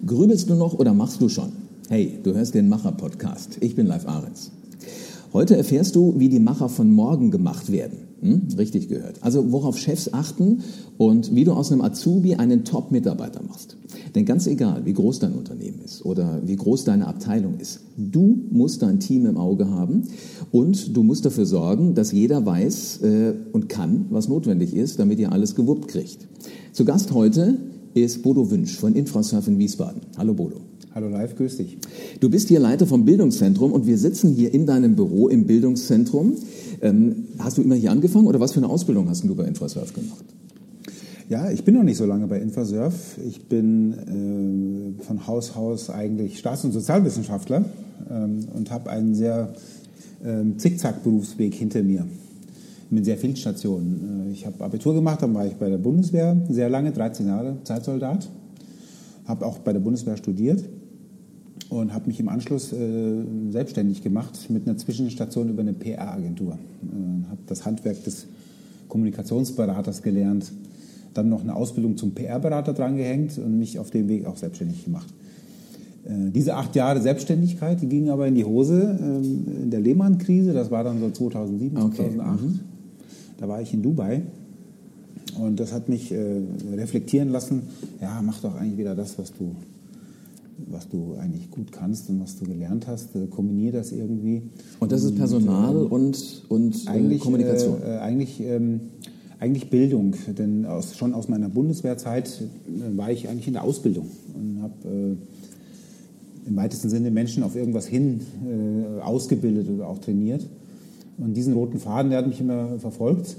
Grübelst du noch oder machst du schon? Hey, du hörst den Macher-Podcast. Ich bin Live Ahrens. Heute erfährst du, wie die Macher von morgen gemacht werden. Richtig gehört. Also worauf Chefs achten und wie du aus einem Azubi einen Top-Mitarbeiter machst. Denn ganz egal, wie groß dein Unternehmen ist oder wie groß deine Abteilung ist, du musst dein Team im Auge haben und du musst dafür sorgen, dass jeder weiß und kann, was notwendig ist, damit ihr alles gewuppt kriegt. Zu Gast heute ist Bodo Wünsch von Infrasurf in Wiesbaden. Hallo Bodo. Hallo Live, grüß dich. Du bist hier Leiter vom Bildungszentrum und wir sitzen hier in deinem Büro im Bildungszentrum. Hast du immer hier angefangen oder was für eine Ausbildung hast du bei Infrasurf gemacht? Ja, ich bin noch nicht so lange bei Infrasurf. Ich bin von Haus aus eigentlich Staats- und Sozialwissenschaftler und habe einen sehr Zickzack-Berufsweg hinter mir mit sehr vielen Stationen. Ich habe Abitur gemacht, dann war ich bei der Bundeswehr sehr lange, 13 Jahre Zeitsoldat. Habe auch bei der Bundeswehr studiert und habe mich im Anschluss selbstständig gemacht mit einer Zwischenstation über eine PR-Agentur. Habe das Handwerk des Kommunikationsberaters gelernt, dann noch eine Ausbildung zum PR-Berater drangehängt und mich auf dem Weg auch selbstständig gemacht. Diese 8 Jahre Selbstständigkeit, die gingen aber in die Hose in der Lehman-Krise, das war dann so 2007, okay. 2008. Da war ich in Dubai. Und das hat mich reflektieren lassen, ja, mach doch eigentlich wieder das, was du eigentlich gut kannst und was du gelernt hast, kombiniere das irgendwie. Und das ist Personal und Kommunikation? Eigentlich Bildung, denn schon aus meiner Bundeswehrzeit war ich eigentlich in der Ausbildung und habe im weitesten Sinne Menschen auf irgendwas hin ausgebildet oder auch trainiert. Und diesen roten Faden, der hat mich immer verfolgt.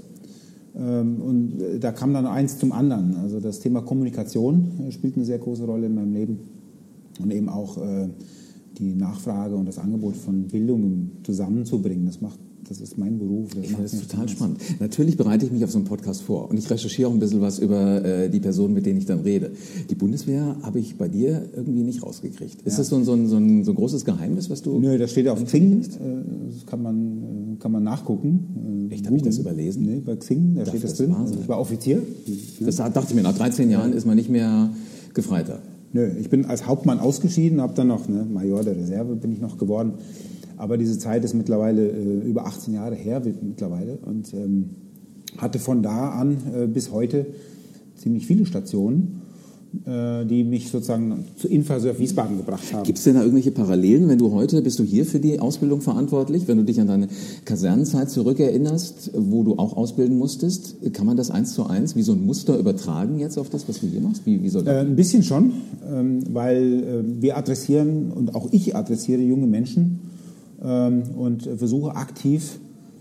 Und da kam dann eins zum anderen. Also das Thema Kommunikation spielt eine sehr große Rolle in meinem Leben und eben auch die Nachfrage und das Angebot von Bildung zusammenzubringen. Das ist mein Beruf. Das ist total spannend. Natürlich bereite ich mich auf so einen Podcast vor und ich recherchiere auch ein bisschen was über die Personen, mit denen ich dann rede. Die Bundeswehr habe ich bei dir irgendwie nicht rausgekriegt. Ist das so ein großes Geheimnis, was du... Nö, das steht auf Xing. Das kann man nachgucken. Echt, habe ich das überlesen? Nee, bei Xing, da steht das drin. Also ich war Offizier. Das dachte ich mir, nach 13 Jahren ist man nicht mehr Gefreiter. Nö, ich bin als Hauptmann ausgeschieden, habe dann noch Major der Reserve bin ich noch geworden. Aber diese Zeit ist mittlerweile über 18 Jahre her mittlerweile und hatte von da an bis heute ziemlich viele Stationen, die mich sozusagen zu Infrasurf Wiesbaden gebracht haben. Gibt es denn da irgendwelche Parallelen, bist du hier für die Ausbildung verantwortlich, wenn du dich an deine Kasernenzeit zurückerinnerst, wo du auch ausbilden musstest? Kann man das 1:1 wie so ein Muster übertragen jetzt auf das, was du hier machst? Wie soll das? Ein bisschen schon, weil wir adressieren und auch ich adressiere junge Menschen und versuche aktiv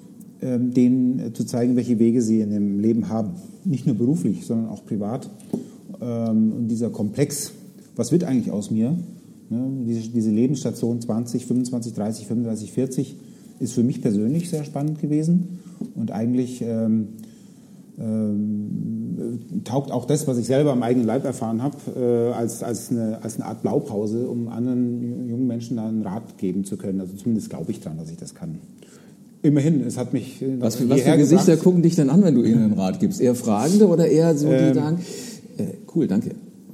denen zu zeigen, welche Wege sie in dem Leben haben. Nicht nur beruflich, sondern auch privat. Und dieser Komplex, was wird eigentlich aus mir? Diese Lebensstation 20, 25, 30, 35, 40 ist für mich persönlich sehr spannend gewesen. Und eigentlich taugt auch das, was ich selber am eigenen Leib erfahren habe, als eine Art Blaupause, um anderen jungen Menschen da einen Rat geben zu können. Also zumindest glaube ich dran, dass ich das kann. Immerhin, es hat mich Was für Gesichter gucken dich denn an, wenn du ihnen einen Rat gibst? Eher Fragende oder eher so, die sagen, cool, danke.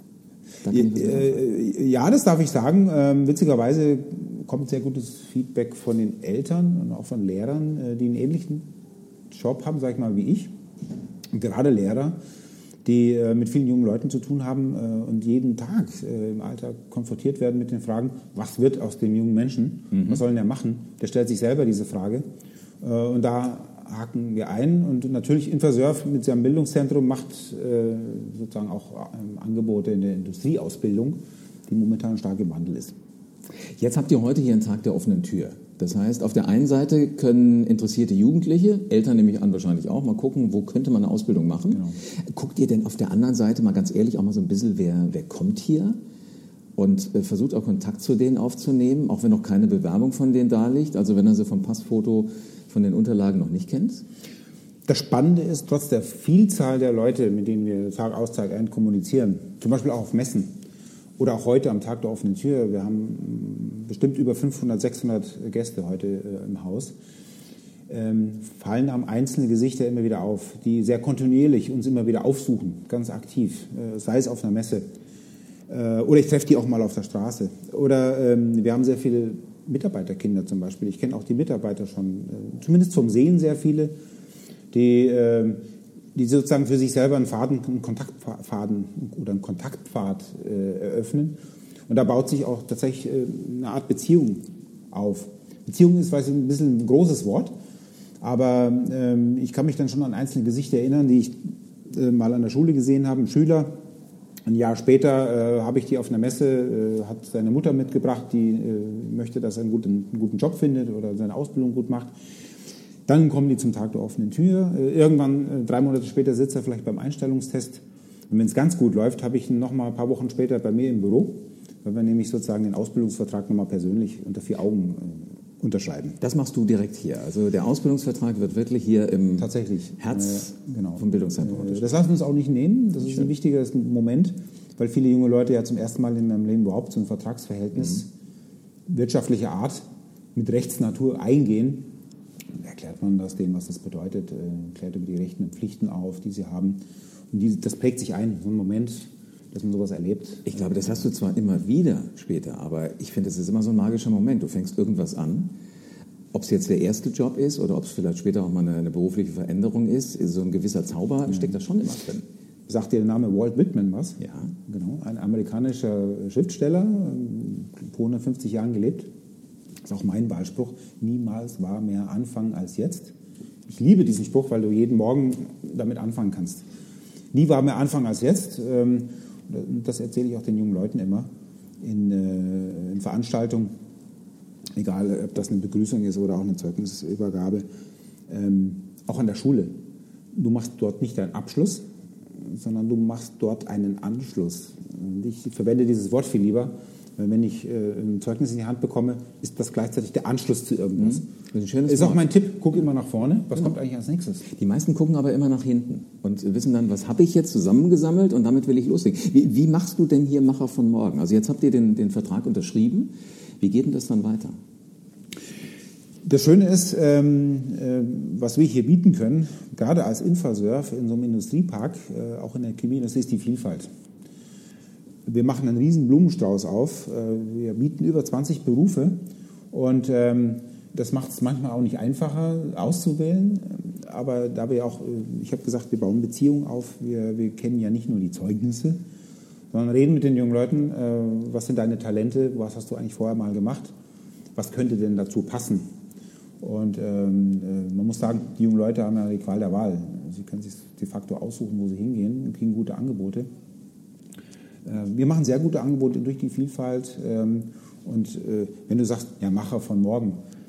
Ja, das darf ich sagen. Witzigerweise kommt sehr gutes Feedback von den Eltern und auch von Lehrern, die einen ähnlichen Job haben, sag ich mal, wie ich. Und gerade Lehrer, die mit vielen jungen Leuten zu tun haben und jeden Tag im Alltag konfrontiert werden mit den Fragen, was wird aus dem jungen Menschen? Was soll denn der machen? Der stellt sich selber diese Frage. Und da haken wir ein. Und natürlich Infrasurf mit seinem Bildungszentrum macht sozusagen auch Angebote in der Industrieausbildung, die momentan stark im Wandel ist. Jetzt habt ihr heute hier einen Tag der offenen Tür. Das heißt, auf der einen Seite können interessierte Jugendliche, Eltern nehme ich an wahrscheinlich auch, mal gucken, wo könnte man eine Ausbildung machen. Genau. Guckt ihr denn auf der anderen Seite mal ganz ehrlich auch mal so ein bisschen, wer kommt hier? Und versucht auch Kontakt zu denen aufzunehmen, auch wenn noch keine Bewerbung von denen da liegt, also wenn er sie vom Passfoto, von den Unterlagen noch nicht kennt? Das Spannende ist, trotz der Vielzahl der Leute, mit denen wir Tag aus, Tag ein kommunizieren, zum Beispiel auch auf Messen oder auch heute am Tag der offenen Tür, wir haben bestimmt über 500, 600 Gäste heute im Haus, fallen am einzelne Gesichter immer wieder auf, die sehr kontinuierlich uns immer wieder aufsuchen, ganz aktiv, sei es auf einer Messe, Oder ich treffe die auch mal auf der Straße. Oder wir haben sehr viele Mitarbeiterkinder zum Beispiel. Ich kenne auch die Mitarbeiter schon, zumindest vom Sehen sehr viele, die sozusagen für sich selber einen Kontaktfaden oder einen Kontaktpfad eröffnen. Und da baut sich auch tatsächlich eine Art Beziehung auf. Beziehung ist, weiß ich, ein bisschen ein großes Wort, aber ich kann mich dann schon an einzelne Gesichter erinnern, die ich mal an der Schule gesehen habe. Ein Schüler, ein Jahr später habe ich die auf einer Messe, hat seine Mutter mitgebracht, die möchte, dass er einen guten Job findet oder seine Ausbildung gut macht. Dann kommen die zum Tag der offenen Tür. Irgendwann, 3 Monate später, sitzt er vielleicht beim Einstellungstest. Und wenn es ganz gut läuft, habe ich ihn noch mal ein paar Wochen später bei mir im Büro, weil wir nämlich sozusagen den Ausbildungsvertrag noch mal persönlich unter 4 Augen unterschreiben. Das machst du direkt hier. Also der Ausbildungsvertrag wird wirklich hier im Herz vom Bildungszentrum unterschrieben. Das lassen wir uns auch nicht nehmen. Das ist ein wichtiger Moment, weil viele junge Leute ja zum ersten Mal in ihrem Leben überhaupt so ein Vertragsverhältnis wirtschaftlicher Art mit Rechtsnatur eingehen. Erklärt man das denen, was das bedeutet, klärt über die Rechte und Pflichten auf, die sie haben. Und das prägt sich ein, so ein Moment, dass man sowas erlebt. Ich glaube, das hast du zwar immer wieder später, aber ich finde, es ist immer so ein magischer Moment. Du fängst irgendwas an, ob es jetzt der erste Job ist oder ob es vielleicht später auch mal eine berufliche Veränderung ist, so ein gewisser Zauber steckt da schon immer drin. Sagt dir der Name Walt Whitman was? Ja. Genau, ein amerikanischer Schriftsteller, vor 150 Jahren gelebt. Das ist auch mein Wahlspruch, niemals war mehr Anfang als jetzt. Ich liebe diesen Spruch, weil du jeden Morgen damit anfangen kannst. Nie war mehr Anfang als jetzt. Das erzähle ich auch den jungen Leuten immer in Veranstaltungen, egal ob das eine Begrüßung ist oder auch eine Zeugnisübergabe, auch an der Schule. Du machst dort nicht deinen Abschluss, sondern du machst dort einen Anschluss. Und ich verwende dieses Wort viel lieber, weil wenn ich ein Zeugnis in die Hand bekomme, ist das gleichzeitig der Anschluss zu irgendwas. Das ist ein schönes Wort. Ist auch mein Tipp, guck immer nach vorne. Was kommt eigentlich als nächstes? Die meisten gucken aber immer nach hinten und wissen dann, was habe ich jetzt zusammengesammelt und damit will ich loslegen. Wie machst du denn hier Macher von morgen? Also jetzt habt ihr den Vertrag unterschrieben. Wie geht denn das dann weiter? Das Schöne ist, was wir hier bieten können, gerade als Infasurf in so einem Industriepark, auch in der Chemieindustrie, ist die Vielfalt. Wir machen einen riesen Blumenstrauß auf. Wir bieten über 20 Berufe und das macht es manchmal auch nicht einfacher auszuwählen. Aber da wir auch, ich habe gesagt, wir bauen Beziehungen auf. Wir kennen ja nicht nur die Zeugnisse, sondern reden mit den jungen Leuten. Was sind deine Talente? Was hast du eigentlich vorher mal gemacht? Was könnte denn dazu passen? Und man muss sagen, die jungen Leute haben ja die Qual der Wahl. Sie können sich de facto aussuchen, wo sie hingehen und kriegen gute Angebote. Wir machen sehr gute Angebote durch die Vielfalt. Und wenn du sagst, ja, Macher von morgen.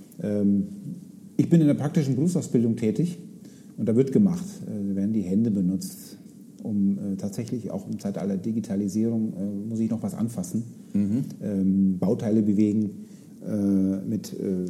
Ich bin in der praktischen Berufsausbildung tätig und da wird gemacht. Da werden die Hände benutzt, um tatsächlich auch im Zeitalter der Digitalisierung muss ich noch was anfassen. Bauteile bewegen, mit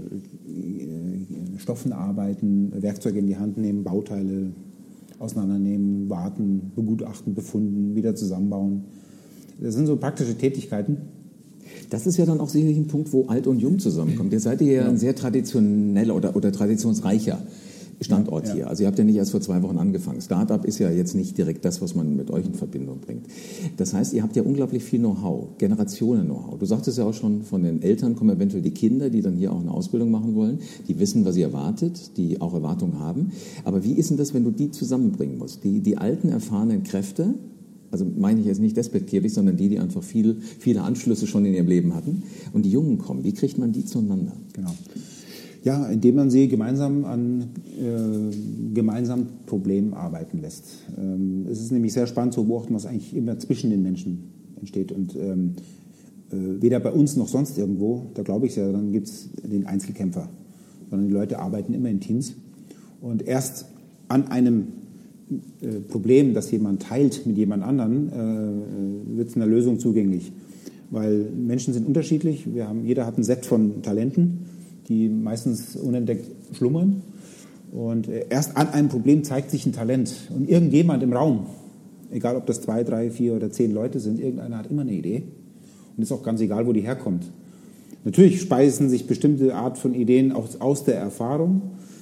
Stoffen arbeiten, Werkzeuge in die Hand nehmen, Bauteile auseinandernehmen, warten, begutachten, befunden, wieder zusammenbauen. Das sind so praktische Tätigkeiten. Das ist ja dann auch sicherlich ein Punkt, wo Alt und Jung zusammenkommt. Jetzt seid ihr ja ein sehr traditioneller oder traditionsreicher Standort hier. Also ihr habt ja nicht erst vor 2 Wochen angefangen. Start-up ist ja jetzt nicht direkt das, was man mit euch in Verbindung bringt. Das heißt, ihr habt ja unglaublich viel Know-how, Generationen-Know-how. Du sagtest ja auch schon, von den Eltern kommen eventuell die Kinder, die dann hier auch eine Ausbildung machen wollen, die wissen, was sie erwartet, die auch Erwartungen haben. Aber wie ist denn das, wenn du die zusammenbringen musst? Die alten, erfahrenen Kräfte, also meine ich jetzt nicht despektierlich, sondern die einfach viele Anschlüsse schon in ihrem Leben hatten, und die Jungen kommen. Wie kriegt man die zueinander? Genau. Ja, indem man sie gemeinsam an gemeinsamen Problemen arbeiten lässt. Es ist nämlich sehr spannend zu beobachten, was eigentlich immer zwischen den Menschen entsteht. Und weder bei uns noch sonst irgendwo, da glaube ich ja, dann gibt es den Einzelkämpfer, sondern die Leute arbeiten immer in Teams. Und erst an einem Problem, das jemand teilt mit jemand anderen, wird es einer Lösung zugänglich. Weil Menschen sind unterschiedlich, jeder hat ein Set von Talenten, die meistens unentdeckt schlummern. Und erst an einem Problem zeigt sich ein Talent. Und irgendjemand im Raum, egal ob das 2, 3, 4 oder 10 Leute sind, irgendeiner hat immer eine Idee. Und ist auch ganz egal, wo die herkommt. Natürlich speisen sich bestimmte Art von Ideen auch aus der Erfahrung,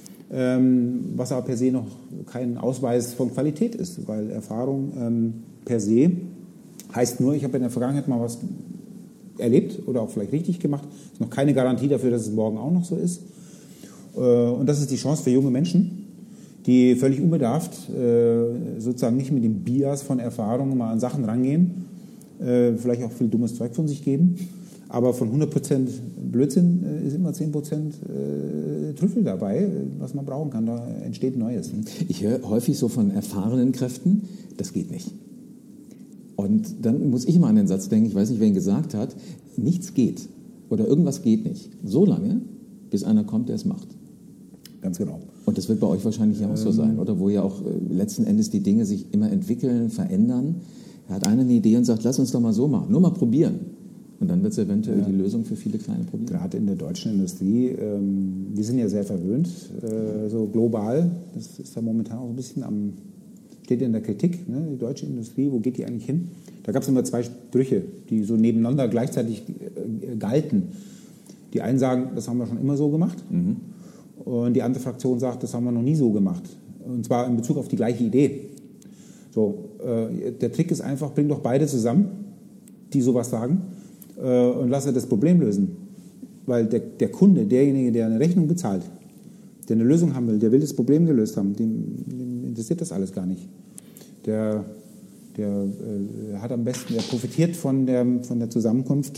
was aber per se noch kein Ausweis von Qualität ist, weil Erfahrung per se Heißt nur, ich habe in der Vergangenheit mal was erlebt oder auch vielleicht richtig gemacht. Ist noch keine Garantie dafür, dass es morgen auch noch so ist. Und das ist die Chance für junge Menschen, die völlig unbedarft, sozusagen nicht mit dem Bias von Erfahrungen mal an Sachen rangehen, vielleicht auch viel dummes Zeug von sich geben, aber von 100% Blödsinn ist immer 10% Trüffel dabei, was man brauchen kann. Da entsteht Neues. Ich höre häufig so von erfahrenen Kräften, das geht nicht. Und dann muss ich mal an den Satz denken, ich weiß nicht, wer ihn gesagt hat, nichts geht oder irgendwas geht nicht, so lange, bis einer kommt, der es macht. Ganz genau. Und das wird bei euch wahrscheinlich ja auch so sein, oder? Wo ja auch letzten Endes die Dinge sich immer entwickeln, verändern. Da hat einer eine Idee und sagt, lass uns doch mal so machen, nur mal probieren. Und dann wird es eventuell die Lösung für viele kleine Probleme. Gerade in der deutschen Industrie, wir sind ja sehr verwöhnt, so global. Das ist ja momentan auch ein bisschen steht in der Kritik, ne? Die deutsche Industrie, wo geht die eigentlich hin? Da gab es immer zwei Sprüche, die so nebeneinander gleichzeitig galten. Die einen sagen, das haben wir schon immer so gemacht. Und die andere Fraktion sagt, das haben wir noch nie so gemacht. Und zwar in Bezug auf die gleiche Idee. So, der Trick ist einfach, bring doch beide zusammen, die sowas sagen, und lass das Problem lösen. Weil der Kunde, derjenige, der eine Rechnung bezahlt, der eine Lösung haben will, der will das Problem gelöst haben, dem interessiert das alles gar nicht. Der hat am besten, der profitiert von der Zusammenkunft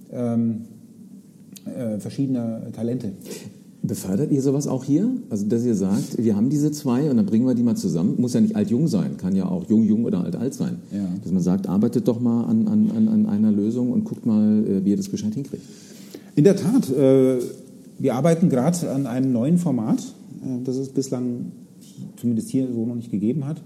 verschiedener Talente. Befördert ihr sowas auch hier? Also, dass ihr sagt, wir haben diese zwei und dann bringen wir die mal zusammen. Muss ja nicht alt-jung sein, kann ja auch jung-jung oder alt-alt sein. Ja. Dass man sagt, arbeitet doch mal an einer Lösung und guckt mal, wie ihr das gescheit hinkriegt. In der Tat, wir arbeiten gerade an einem neuen Format, das es bislang zumindest hier so noch nicht gegeben hat.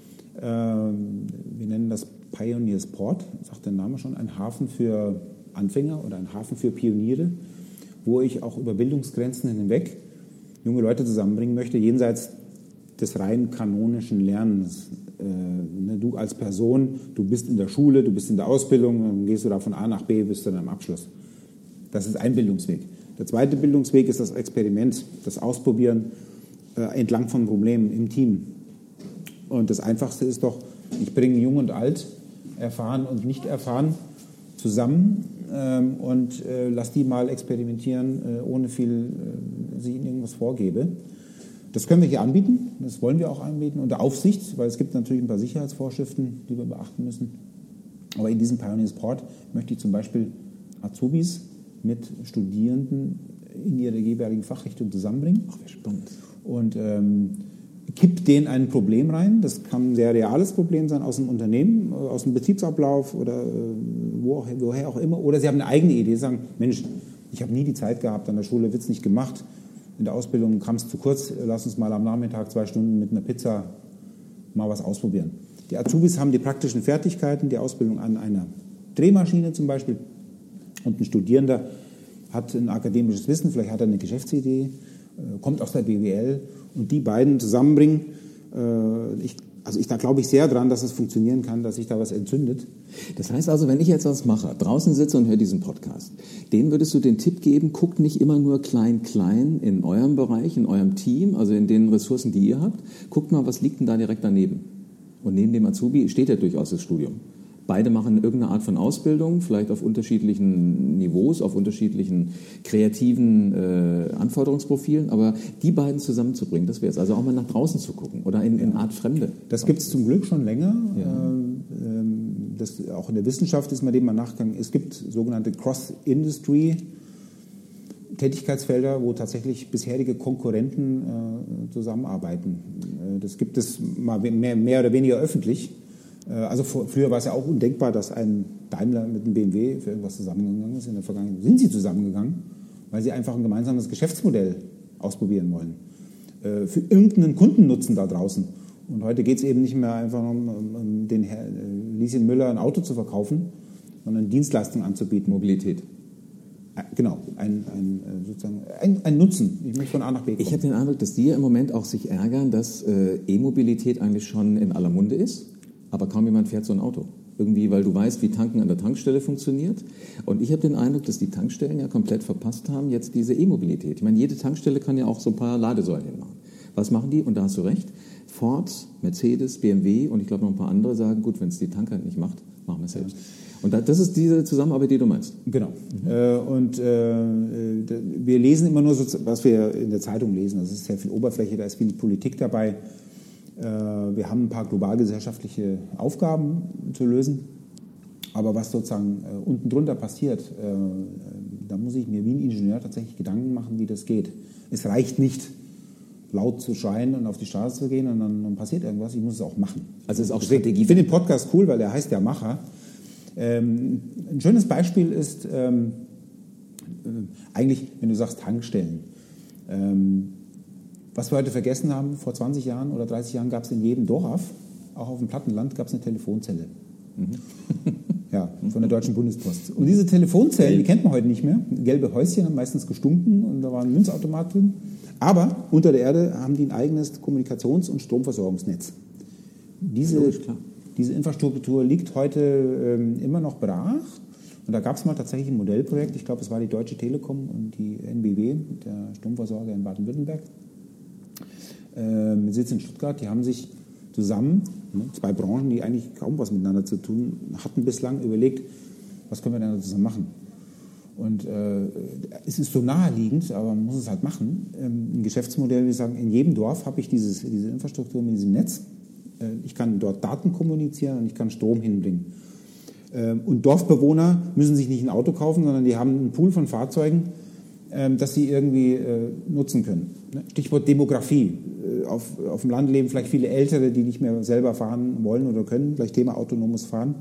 Wir nennen das Pioneers Port, sagt der Name schon, ein Hafen für Anfänger oder ein Hafen für Pioniere, wo ich auch über Bildungsgrenzen hinweg junge Leute zusammenbringen möchte, jenseits des rein kanonischen Lernens. Du als Person, du bist in der Schule, du bist in der Ausbildung, dann gehst du da von A nach B bis zu deinem Abschluss. Das ist ein Bildungsweg. Der zweite Bildungsweg ist das Experiment, das Ausprobieren entlang von Problemen im Team. Und das Einfachste ist doch, ich bringe Jung und Alt, erfahren und nicht erfahren zusammen und lass die mal experimentieren, ohne viel sie ihnen irgendwas vorgebe. Das können wir hier anbieten, das wollen wir auch anbieten, unter Aufsicht, weil es gibt natürlich ein paar Sicherheitsvorschriften, die wir beachten müssen. Aber in diesem Pioneers Port möchte ich zum Beispiel Azubis mit Studierenden in ihrer jeweiligen Fachrichtung zusammenbringen. Ach, wie spannend. Und kippt denen ein Problem rein. Das kann ein sehr reales Problem sein aus dem Unternehmen, aus dem Betriebsablauf oder woher auch immer. Oder sie haben eine eigene Idee, sagen, Mensch, ich habe nie die Zeit gehabt, an der Schule wird es nicht gemacht. In der Ausbildung kam es zu kurz, lass uns mal am Nachmittag 2 Stunden mit einer Pizza mal was ausprobieren. Die Azubis haben die praktischen Fertigkeiten, die Ausbildung an einer Drehmaschine zum Beispiel. Und ein Studierender hat ein akademisches Wissen, vielleicht hat er eine Geschäftsidee, kommt aus der BWL und die beiden zusammenbringen. Da glaube ich sehr dran, dass es funktionieren kann, dass sich da was entzündet. Das heißt also, wenn ich jetzt als Macher draußen sitze und höre diesen Podcast, denen würdest du den Tipp geben, guckt nicht immer nur klein in eurem Bereich, in eurem Team, also in den Ressourcen, die ihr habt. Guckt mal, was liegt denn da direkt daneben? Und neben dem Azubi steht ja durchaus das Studium. Beide machen irgendeine Art von Ausbildung, vielleicht auf unterschiedlichen Niveaus, auf unterschiedlichen kreativen Anforderungsprofilen, aber die beiden zusammenzubringen, das wäre es. Also auch mal nach draußen zu gucken oder in Art Fremde. Das gibt es zum Glück schon länger. Ja. Auch in der Wissenschaft ist man dem mal nachgegangen. Es gibt sogenannte Cross-Industry-Tätigkeitsfelder, wo tatsächlich bisherige Konkurrenten zusammenarbeiten. Das gibt es mal mehr oder weniger öffentlich. Also früher war es ja auch undenkbar, dass ein Daimler mit einem BMW für irgendwas zusammengegangen ist. In der Vergangenheit sind sie zusammengegangen, weil sie einfach ein gemeinsames Geschäftsmodell ausprobieren wollen. Für irgendeinen Kundennutzen da draußen. Und heute geht es eben nicht mehr einfach um den Lieschen Müller ein Auto zu verkaufen, sondern Dienstleistungen anzubieten. Mobilität. Genau, sozusagen ein Nutzen. Ich möchte von A nach B kommen. Ich habe den Eindruck, dass die im Moment auch sich ärgern, dass E-Mobilität eigentlich schon in aller Munde ist. Aber kaum jemand fährt so ein Auto. Irgendwie, weil du weißt, wie Tanken an der Tankstelle funktioniert. Und ich habe den Eindruck, dass die Tankstellen ja komplett verpasst haben, jetzt diese E-Mobilität. Ich meine, jede Tankstelle kann ja auch so ein paar Ladesäulen hinmachen. Was machen die? Und da hast du recht. Ford, Mercedes, BMW und ich glaube noch ein paar andere sagen, gut, wenn es die Tanker nicht macht, Machen wir selbst. Und das ist diese Zusammenarbeit, die du meinst? Genau. Wir lesen immer nur, so, was wir in der Zeitung lesen. Das ist sehr viel Oberfläche, da ist viel Politik dabei. Wir haben ein paar globalgesellschaftliche Aufgaben zu lösen. Aber was sozusagen unten drunter passiert, da muss ich mir wie ein Ingenieur tatsächlich Gedanken machen, wie das geht. Es reicht nicht, laut zu schreien und auf die Straße zu gehen und dann passiert irgendwas. Ich muss es auch machen. Also es ist auch Strategie. Ich finde den Podcast cool, weil der heißt ja Macher. Ein schönes Beispiel ist eigentlich, wenn du sagst Tankstellen. Was wir heute vergessen haben, vor 20 Jahren oder 30 Jahren gab es in jedem Dorf, auch auf dem Plattenland, gab es eine Telefonzelle. Ja, von der Deutschen Bundespost. Und diese Telefonzellen, die kennt man heute nicht mehr. Gelbe Häuschen haben meistens gestunken und da war ein Münzautomat drin. Aber unter der Erde haben die ein eigenes Kommunikations- und Stromversorgungsnetz. Diese Infrastruktur liegt heute immer noch brach. Und da gab es mal tatsächlich ein Modellprojekt. Ich glaube, es war die Deutsche Telekom und die NBW, der Stromversorger in Baden-Württemberg, mit Sitz in Stuttgart. Die haben sich zusammen, zwei Branchen, die eigentlich kaum was miteinander zu tun hatten bislang, überlegt, was können wir denn zusammen machen. Und es ist so naheliegend, aber man muss es halt machen. Ein Geschäftsmodell, wir sagen, in jedem Dorf habe ich diese Infrastruktur mit diesem Netz. Ich kann dort Daten kommunizieren und ich kann Strom hinbringen. Und Dorfbewohner müssen sich nicht ein Auto kaufen, sondern die haben einen Pool von Fahrzeugen, das sie irgendwie nutzen können. Stichwort Demografie. Auf dem Land leben vielleicht viele Ältere, die nicht mehr selber fahren wollen oder können. Vielleicht Thema autonomes Fahren.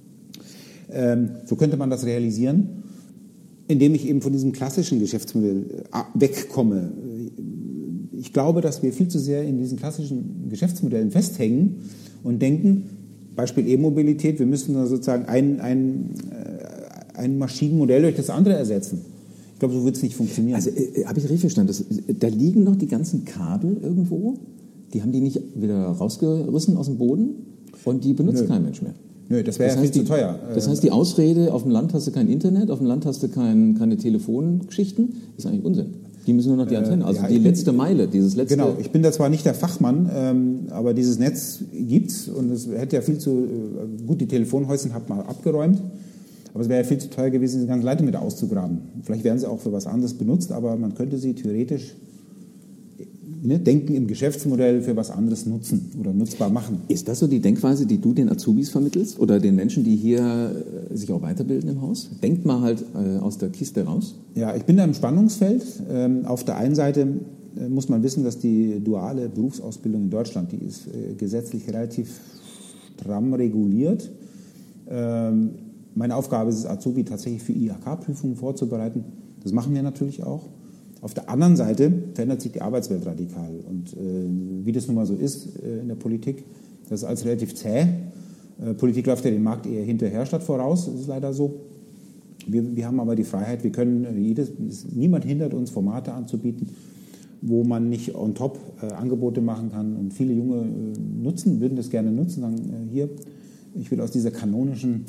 So könnte man das realisieren, indem ich eben von diesem klassischen Geschäftsmodell wegkomme. Ich glaube, dass wir viel zu sehr in diesen klassischen Geschäftsmodellen festhängen und denken, Beispiel E-Mobilität, wir müssen da sozusagen ein Maschinenmodell durch das andere ersetzen. Ich glaube, so wird es nicht funktionieren. Also habe ich richtig verstanden, da liegen noch die ganzen Kabel irgendwo, die haben die nicht wieder rausgerissen aus dem Boden und die benutzt kein Mensch mehr. Nö, das wäre ja viel zu teuer. Das heißt, die Ausrede, auf dem Land hast du kein Internet, auf dem Land hast du keine Telefongeschichten, ist eigentlich Unsinn. Die müssen nur noch die Antenne, also die letzte Meile, dieses letzte... Genau, ich bin da zwar nicht der Fachmann, aber dieses Netz gibt's und es hätte ja viel zu... Gut, die Telefonhäuschen hat man abgeräumt, aber es wäre ja viel zu teuer gewesen, diese ganzen Leitungen mit auszugraben. Vielleicht werden sie auch für was anderes benutzt, aber man könnte sie theoretisch... denken im Geschäftsmodell für was anderes nutzen oder nutzbar machen. Ist das so die Denkweise, die du den Azubis vermittelst oder den Menschen, die hier sich auch weiterbilden im Haus? Denkt mal halt aus der Kiste raus. Ja, ich bin da im Spannungsfeld. Auf der einen Seite muss man wissen, dass die duale Berufsausbildung in Deutschland, die ist gesetzlich relativ stramm reguliert. Meine Aufgabe ist es, Azubi tatsächlich für IHK-Prüfungen vorzubereiten. Das machen wir natürlich auch. Auf der anderen Seite verändert sich die Arbeitswelt radikal. Und wie das nun mal so ist in der Politik, das ist alles relativ zäh. Politik läuft ja den Markt eher hinterher statt voraus, das ist leider so. Wir haben aber die Freiheit, wir können niemand hindert uns, Formate anzubieten, wo man nicht on top Angebote machen kann. Und viele Junge würden das gerne nutzen, sagen, hier, ich will aus dieser kanonischen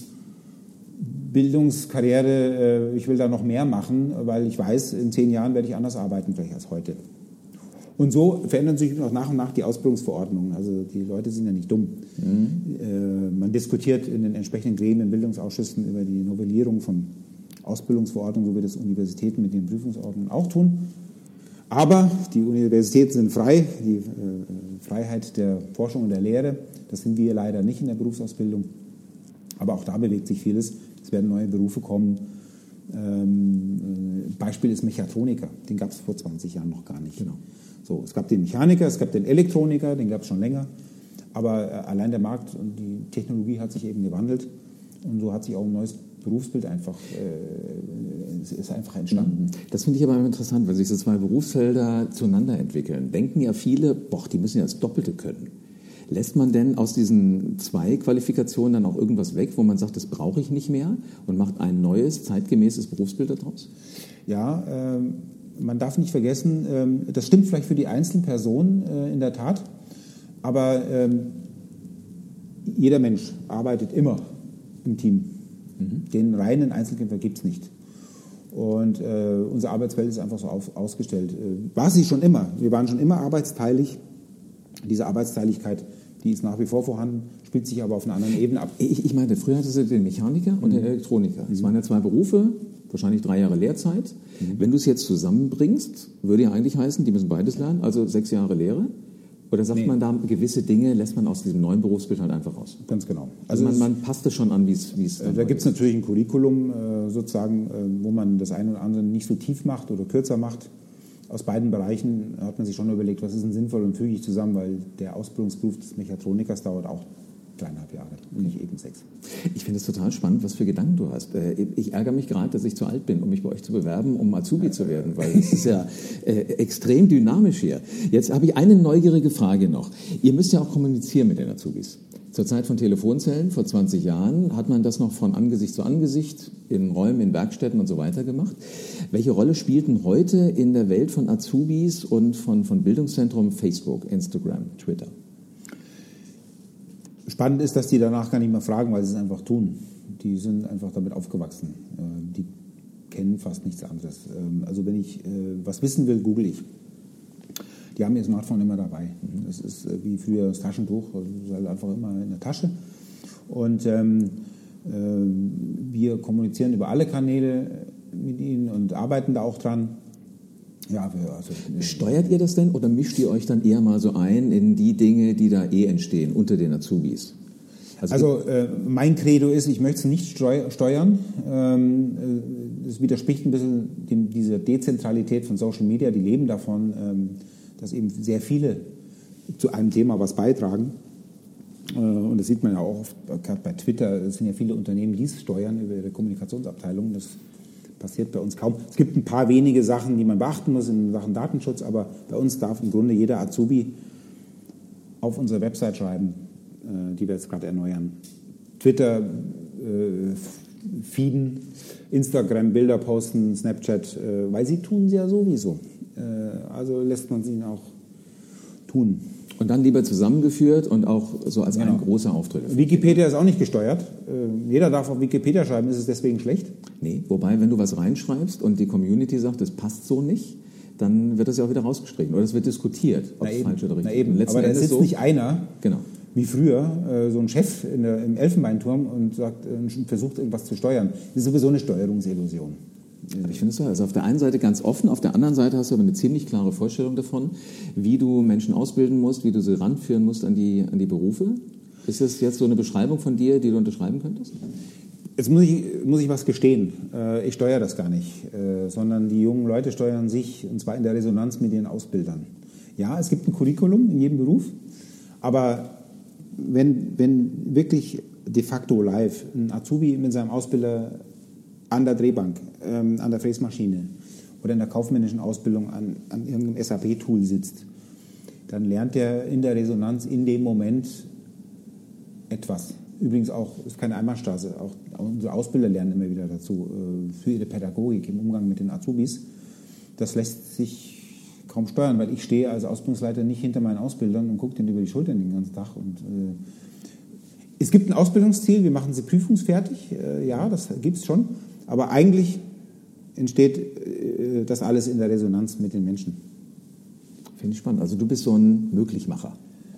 Bildungskarriere, ich will da noch mehr machen, weil ich weiß, in 10 Jahren werde ich anders arbeiten vielleicht als heute. Und so verändern sich auch nach und nach die Ausbildungsverordnungen. Also die Leute sind ja nicht dumm. Man diskutiert in den entsprechenden Gremien, Bildungsausschüssen über die Novellierung von Ausbildungsverordnungen, so wie das Universitäten mit den Prüfungsordnungen auch tun. Aber die Universitäten sind frei, die Freiheit der Forschung und der Lehre, das sind wir leider nicht in der Berufsausbildung. Aber auch da bewegt sich vieles. Es werden neue Berufe kommen. Beispiel ist Mechatroniker. Den gab es vor 20 Jahren noch gar nicht. Genau. So, es gab den Mechaniker, es gab den Elektroniker, den gab es schon länger. Aber allein der Markt und die Technologie hat sich eben gewandelt. Und so hat sich auch ein neues Berufsbild ist einfach entstanden. Das finde ich aber interessant, wenn sich so zwei Berufsfelder zueinander entwickeln. Denken ja viele, die müssen ja das Doppelte können. Lässt man denn aus diesen 2 Qualifikationen dann auch irgendwas weg, wo man sagt, das brauche ich nicht mehr und macht ein neues, zeitgemäßes Berufsbild daraus? Ja, man darf nicht vergessen, das stimmt vielleicht für die Einzelperson in der Tat, aber jeder Mensch arbeitet immer im Team. Den reinen Einzelkämpfer gibt es nicht. Und unsere Arbeitswelt ist einfach so ausgestellt. War sie schon immer. Wir waren schon immer arbeitsteilig. Diese Arbeitsteiligkeit Die ist nach wie vor vorhanden, spielt sich aber auf einer anderen Ebene ab. Ich meine, früher hattest du den Mechaniker und den Elektroniker. Das waren ja 2 Berufe, wahrscheinlich 3 Jahre Lehrzeit. Wenn du es jetzt zusammenbringst, würde ja eigentlich heißen, die müssen beides lernen, also 6 Jahre Lehre. Oder sagt man da, gewisse Dinge lässt man aus diesem neuen Berufsbild halt einfach raus? Ganz genau. Also man passt es schon an, wie es da gibt es natürlich ein Curriculum, sozusagen, wo man das eine oder andere nicht so tief macht oder kürzer macht. Aus beiden Bereichen hat man sich schon überlegt, was ist denn sinnvoll und füge ich zusammen, weil der Ausbildungsberuf des Mechatronikers dauert auch 3,5 Jahre und nicht eben 6. Ich finde es total spannend, was für Gedanken du hast. Ich ärgere mich gerade, dass ich zu alt bin, um mich bei euch zu bewerben, um Azubi zu werden, weil es ist ja extrem dynamisch hier. Jetzt habe ich eine neugierige Frage noch. Ihr müsst ja auch kommunizieren mit den Azubis. Zur Zeit von Telefonzellen, vor 20 Jahren, hat man das noch von Angesicht zu Angesicht in Räumen, in Werkstätten und so weiter gemacht. Welche Rolle spielten heute in der Welt von Azubis und von Bildungszentrum Facebook, Instagram, Twitter? Spannend ist, dass die danach gar nicht mehr fragen, weil sie es einfach tun. Die sind einfach damit aufgewachsen. Die kennen fast nichts anderes. Also wenn ich was wissen will, google ich. Die haben ihr Smartphone immer dabei. Das ist wie früher das Taschentuch, das ist halt einfach immer in der Tasche. Und wir kommunizieren über alle Kanäle mit ihnen und arbeiten da auch dran. Ja, steuert ihr das denn oder mischt ihr euch dann eher mal so ein in die Dinge, die da entstehen unter den Azubis? Also mein Credo ist, ich möchte es nicht steuern. Das widerspricht ein bisschen dieser Dezentralität von Social Media. Die leben davon, dass eben sehr viele zu einem Thema was beitragen. Und das sieht man ja auch oft, gerade bei Twitter, es sind ja viele Unternehmen, die es steuern über ihre Kommunikationsabteilung. Das passiert bei uns kaum. Es gibt ein paar wenige Sachen, die man beachten muss in Sachen Datenschutz, aber bei uns darf im Grunde jeder Azubi auf unsere Website schreiben, die wir jetzt gerade erneuern. Twitter, feeden, Instagram, Bilder posten, Snapchat, weil sie tun sie ja sowieso. Also lässt man sie auch tun. Und dann lieber zusammengeführt und auch so als ein großer Auftritt. Wikipedia ist auch nicht gesteuert. Jeder darf auf Wikipedia schreiben. Ist es deswegen schlecht? Nee, wobei, wenn du was reinschreibst und die Community sagt, das passt so nicht, dann wird das ja auch wieder rausgestrichen. Oder es wird diskutiert, ob es falsch oder richtig ist. Aber da sitzt nicht einer, genau, wie früher, so ein Chef im Elfenbeinturm und versucht irgendwas zu steuern. Das ist sowieso eine Steuerungsillusion. Aber ich finde es so, also auf der einen Seite ganz offen, auf der anderen Seite hast du aber eine ziemlich klare Vorstellung davon, wie du Menschen ausbilden musst, wie du sie ranführen musst an die Berufe. Ist das jetzt so eine Beschreibung von dir, die du unterschreiben könntest? Jetzt muss ich was gestehen. Ich steuere das gar nicht, sondern die jungen Leute steuern sich, und zwar in der Resonanz mit ihren Ausbildern. Ja, es gibt ein Curriculum in jedem Beruf, aber wenn wirklich de facto live ein Azubi mit seinem Ausbilder an der Drehbank, an der Fräsmaschine oder in der kaufmännischen Ausbildung an irgendeinem SAP-Tool sitzt, dann lernt er in der Resonanz in dem Moment etwas. Übrigens auch, ist keine Einbahnstraße, auch unsere Ausbilder lernen immer wieder dazu, für ihre Pädagogik im Umgang mit den Azubis. Das lässt sich kaum steuern, weil ich stehe als Ausbildungsleiter nicht hinter meinen Ausbildern und gucke denen über die Schultern den ganzen Tag. Und, es gibt ein Ausbildungsziel, wir machen sie prüfungsfertig, ja, das gibt es schon, aber eigentlich entsteht das alles in der Resonanz mit den Menschen. Finde ich spannend. Also du bist so ein Möglichmacher.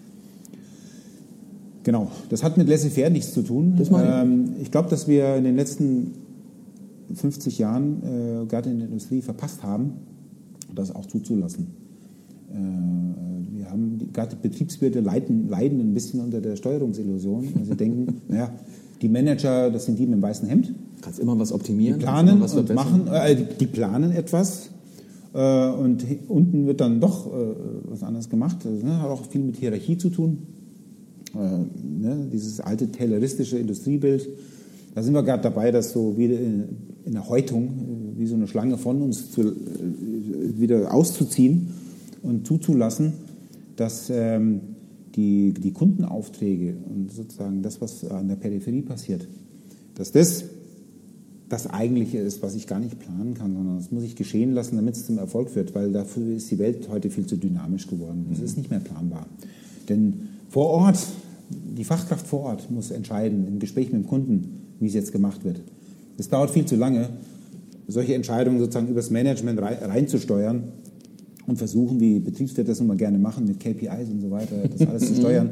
Genau, das hat mit Laissez-faire nichts zu tun. Ich glaube, dass wir in den letzten 50 Jahren gerade in der Industrie verpasst haben, das auch zuzulassen. Wir haben gerade die Betriebswirte leiden ein bisschen unter der Steuerungsillusion. Sie denken, naja, die Manager, das sind die mit dem weißen Hemd. Kannst immer was optimieren. Die planen und machen, die planen etwas und unten wird dann doch was anderes gemacht. Das hat auch viel mit Hierarchie zu tun. Dieses alte tayloristische Industriebild. Da sind wir gerade dabei, das so wieder in der Häutung, wie so eine Schlange von uns wieder auszuziehen und zuzulassen, dass die Kundenaufträge und sozusagen das, was an der Peripherie passiert, dass das Eigentliche ist, was ich gar nicht planen kann, sondern das muss ich geschehen lassen, damit es zum Erfolg wird, weil dafür ist die Welt heute viel zu dynamisch geworden. Das ist nicht mehr planbar. Denn vor Ort, die Fachkraft vor Ort muss entscheiden, im Gespräch mit dem Kunden, wie es jetzt gemacht wird. Das dauert viel zu lange, solche Entscheidungen sozusagen übers Management reinzusteuern und versuchen, wie Betriebswirte das immer gerne machen, mit KPIs und so weiter, das alles zu steuern.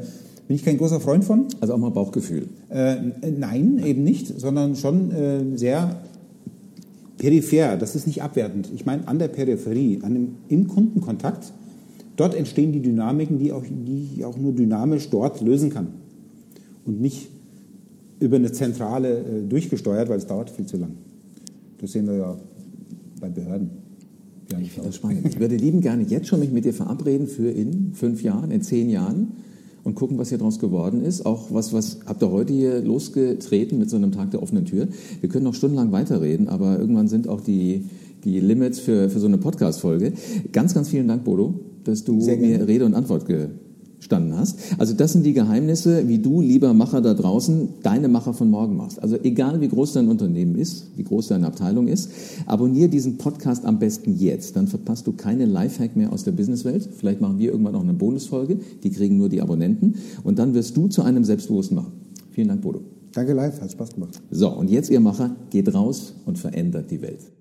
Bin ich kein großer Freund von. Also auch mal Bauchgefühl? Nein, eben nicht, sondern schon sehr peripher. Das ist nicht abwertend. Ich meine, an der Peripherie, im Kundenkontakt, dort entstehen die Dynamiken, die ich auch nur dynamisch dort lösen kann. Und nicht über eine Zentrale durchgesteuert, weil es dauert viel zu lang. Das sehen wir ja bei Behörden. Ich finde das spannend. Ich würde lieben gerne jetzt schon mich mit dir verabreden für in 5 Jahren, in 10 Jahren und gucken, was hier draus geworden ist. Auch was habt ihr heute hier losgetreten mit so einem Tag der offenen Tür. Wir können noch stundenlang weiterreden, aber irgendwann sind auch die Limits für so eine Podcast-Folge. Ganz, ganz vielen Dank, Bodo, dass du mir Rede und Antwort gestanden hast. Also das sind die Geheimnisse, wie du, lieber Macher da draußen, deine Macher von morgen machst. Also egal, wie groß dein Unternehmen ist, wie groß deine Abteilung ist, abonniere diesen Podcast am besten jetzt. Dann verpasst du keine Lifehack mehr aus der Businesswelt. Vielleicht machen wir irgendwann auch eine Bonusfolge. Die kriegen nur die Abonnenten. Und dann wirst du zu einem selbstbewussten Macher. Vielen Dank, Bodo. Danke, Live. Hat Spaß gemacht. So, und jetzt, ihr Macher, geht raus und verändert die Welt.